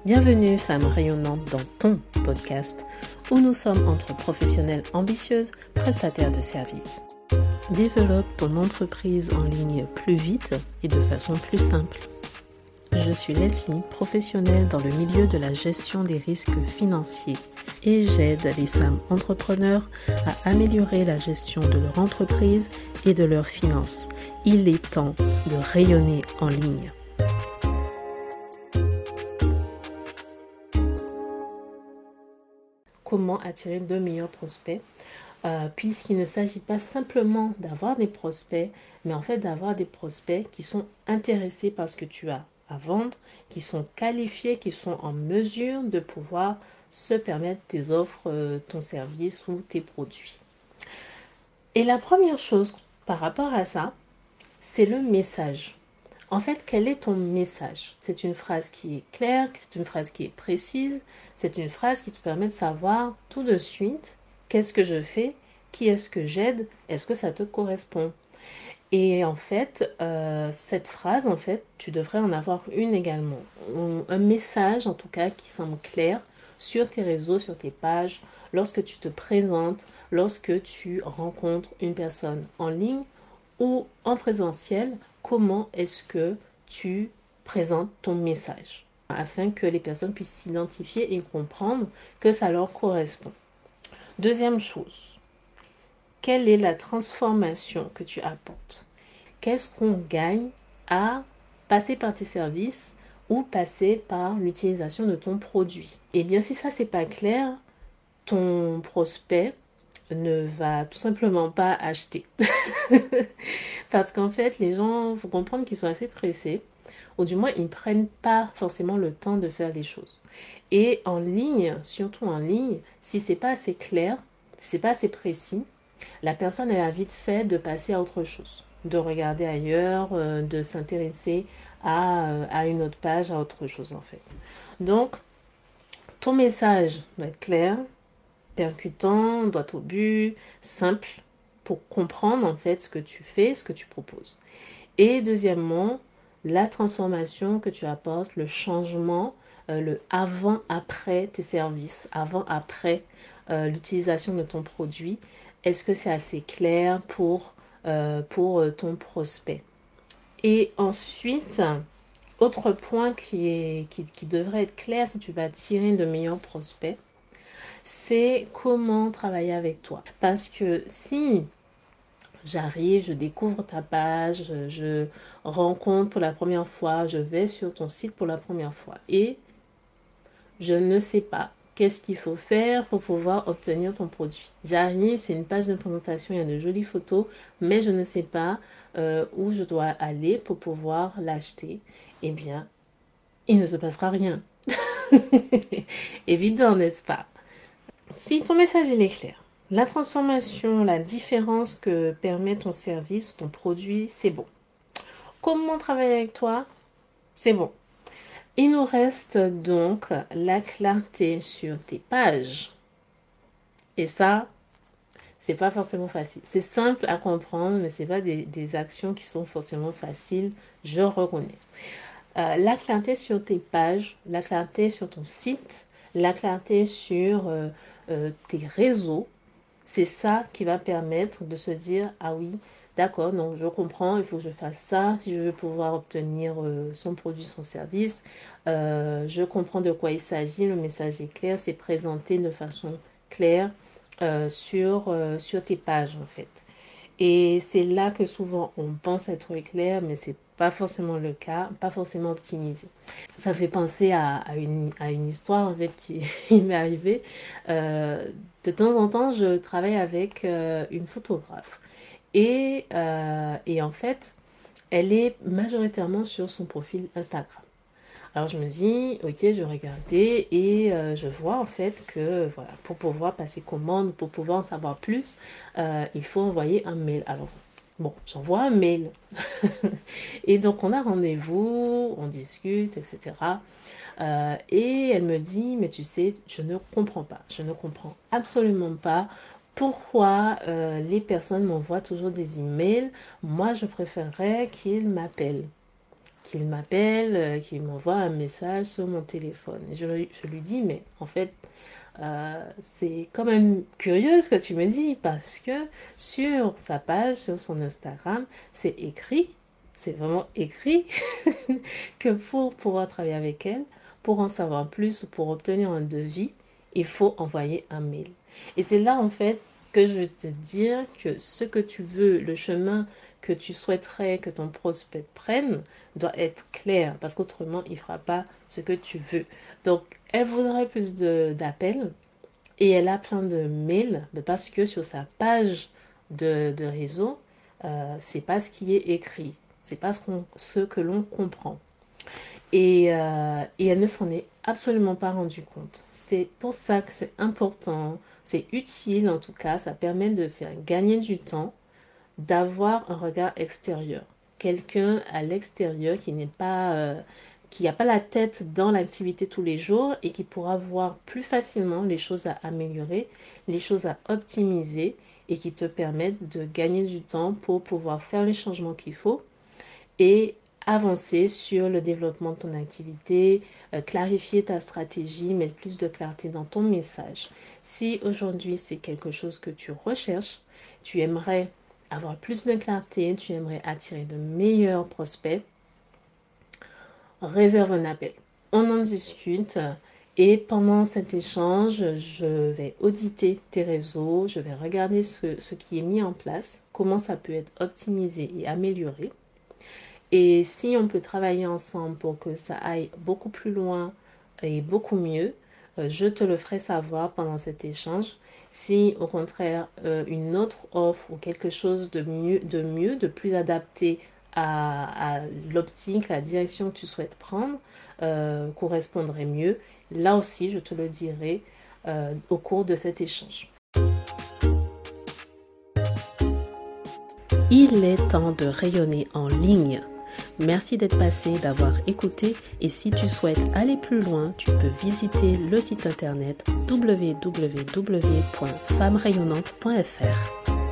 Bienvenue femme rayonnante dans ton podcast où nous sommes entre professionnelles ambitieuses, prestataires de services. Développe ton entreprise en ligne plus vite et de façon plus simple. Je suis Leslie, professionnelle dans le milieu de la gestion des risques financiers et j'aide les femmes entrepreneurs à améliorer la gestion de leur entreprise et de leurs finances. Il est temps de rayonner en ligne. Comment attirer de meilleurs prospects puisqu'il ne s'agit pas simplement d'avoir des prospects, mais en fait d'avoir des prospects qui sont intéressés par ce que tu as à vendre, qui sont qualifiés, qui sont en mesure de pouvoir se permettre tes offres, ton service ou tes produits. Et la première chose par rapport à ça, c'est le message. En fait, quel est ton message? C'est une phrase qui est claire, c'est une phrase qui est précise, c'est une phrase qui te permet de savoir tout de suite qu'est-ce que je fais, qui est-ce que j'aide, est-ce que ça te correspond? Et en fait, cette phrase, en fait, tu devrais en avoir une également. Un message, en tout cas, qui semble clair sur tes réseaux, sur tes pages, lorsque tu te présentes, lorsque tu rencontres une personne en ligne ou en présentiel, comment est-ce que tu présentes ton message afin que les personnes puissent s'identifier et comprendre que ça leur correspond. Deuxième chose, quelle est la transformation que tu apportes? Qu'est-ce qu'on gagne à passer par tes services ou passer par l'utilisation de ton produit? Eh bien, si ça, c'est pas clair, ton prospect ne va tout simplement pas acheter. Parce qu'en fait, les gens, il faut comprendre qu'ils sont assez pressés, ou du moins, ils ne prennent pas forcément le temps de faire les choses. Et en ligne, surtout en ligne, si c'est pas assez clair, si c'est pas assez précis, la personne, elle a vite fait de passer à autre chose, de regarder ailleurs, de s'intéresser à une autre page, à autre chose en fait. Donc, ton message doit être clair, percutant, droit au but, simple, pour comprendre en fait ce que tu fais, ce que tu proposes. Et deuxièmement, la transformation que tu apportes, le changement, le avant-après tes services, avant-après l'utilisation de ton produit. Est-ce que c'est assez clair pour ton prospect? Et ensuite, autre point qui devrait être clair si tu vas attirer de meilleurs prospects, c'est comment travailler avec toi. Parce que si j'arrive, je découvre ta page, je rencontre pour la première fois, je vais sur ton site pour la première fois et je ne sais pas qu'est-ce qu'il faut faire pour pouvoir obtenir ton produit. J'arrive, c'est une page de présentation, il y a de jolies photos, mais je ne sais pas où je dois aller pour pouvoir l'acheter. Eh bien, il ne se passera rien. Évident, n'est-ce pas? Si ton message il est clair, la transformation, la différence que permet ton service, ton produit, c'est bon. Comment travailler avec toi? C'est bon. Il nous reste donc la clarté sur tes pages. Et ça, c'est pas forcément facile. C'est simple à comprendre, mais c'est pas des actions qui sont forcément faciles, je reconnais. La clarté sur tes pages, la clarté sur ton site, la clarté sur tes réseaux, c'est ça qui va permettre de se dire, ah oui, d'accord, donc je comprends, il faut que je fasse ça si je veux pouvoir obtenir son produit, son service. Je comprends de quoi il s'agit, le message est clair, c'est présenté de façon claire sur tes pages en fait. Et c'est là que souvent on pense être clair, mais c'est pas forcément le cas, pas forcément optimisé. Ça fait penser à une histoire en fait qui m'est arrivée. De temps en temps, je travaille avec une photographe. Et en fait, elle est majoritairement sur son profil Instagram. Alors je me dis, ok, je regardais et je vois en fait que voilà, pour pouvoir passer commande, pour pouvoir en savoir plus, il faut envoyer un mail. Alors bon, j'envoie un mail. Et donc on a rendez-vous, on discute, etc. Et elle me dit, mais tu sais, je ne comprends pas. Je ne comprends absolument pas pourquoi les personnes m'envoient toujours des emails. Moi, je préférerais qu'ils m'appellent. qu'il m'appelle, qu'il m'envoie un message sur mon téléphone. Et je lui dis, mais en fait, c'est quand même curieux ce que tu me dis parce que sur sa page, sur son Instagram, c'est écrit, c'est vraiment écrit que pour pouvoir travailler avec elle, pour en savoir plus ou pour obtenir un devis, il faut envoyer un mail. Et c'est là en fait que je vais te dire que ce que tu veux, le chemin que tu souhaiterais que ton prospect prenne doit être clair parce qu'autrement il ne fera pas ce que tu veux. Donc elle voudrait plus d'appels et elle a plein de mails parce que sur sa page de réseau, c'est pas ce qui est écrit, c'est pas ce que l'on comprend. Et elle ne s'en est absolument pas rendue compte. C'est pour ça que c'est important, c'est utile en tout cas, ça permet de faire gagner du temps, d'avoir un regard extérieur. Quelqu'un à l'extérieur qui n'est pas, qui n'a pas la tête dans l'activité tous les jours et qui pourra voir plus facilement les choses à améliorer, les choses à optimiser et qui te permettent de gagner du temps pour pouvoir faire les changements qu'il faut et avancer sur le développement de ton activité, clarifier ta stratégie, mettre plus de clarté dans ton message. Si aujourd'hui c'est quelque chose que tu recherches, tu aimerais avoir plus de clarté, tu aimerais attirer de meilleurs prospects, réserve un appel. On en discute et pendant cet échange, je vais auditer tes réseaux, je vais regarder ce qui est mis en place, comment ça peut être optimisé et amélioré. Et si on peut travailler ensemble pour que ça aille beaucoup plus loin et beaucoup mieux, je te le ferai savoir pendant cet échange. Si au contraire une autre offre ou quelque chose de mieux, de plus adapté à l'optique, la direction que tu souhaites prendre, correspondrait mieux, là aussi je te le dirai au cours de cet échange. Il est temps de rayonner en ligne. Merci d'être passé, d'avoir écouté et si tu souhaites aller plus loin, tu peux visiter le site internet www.femmerayonnante.fr.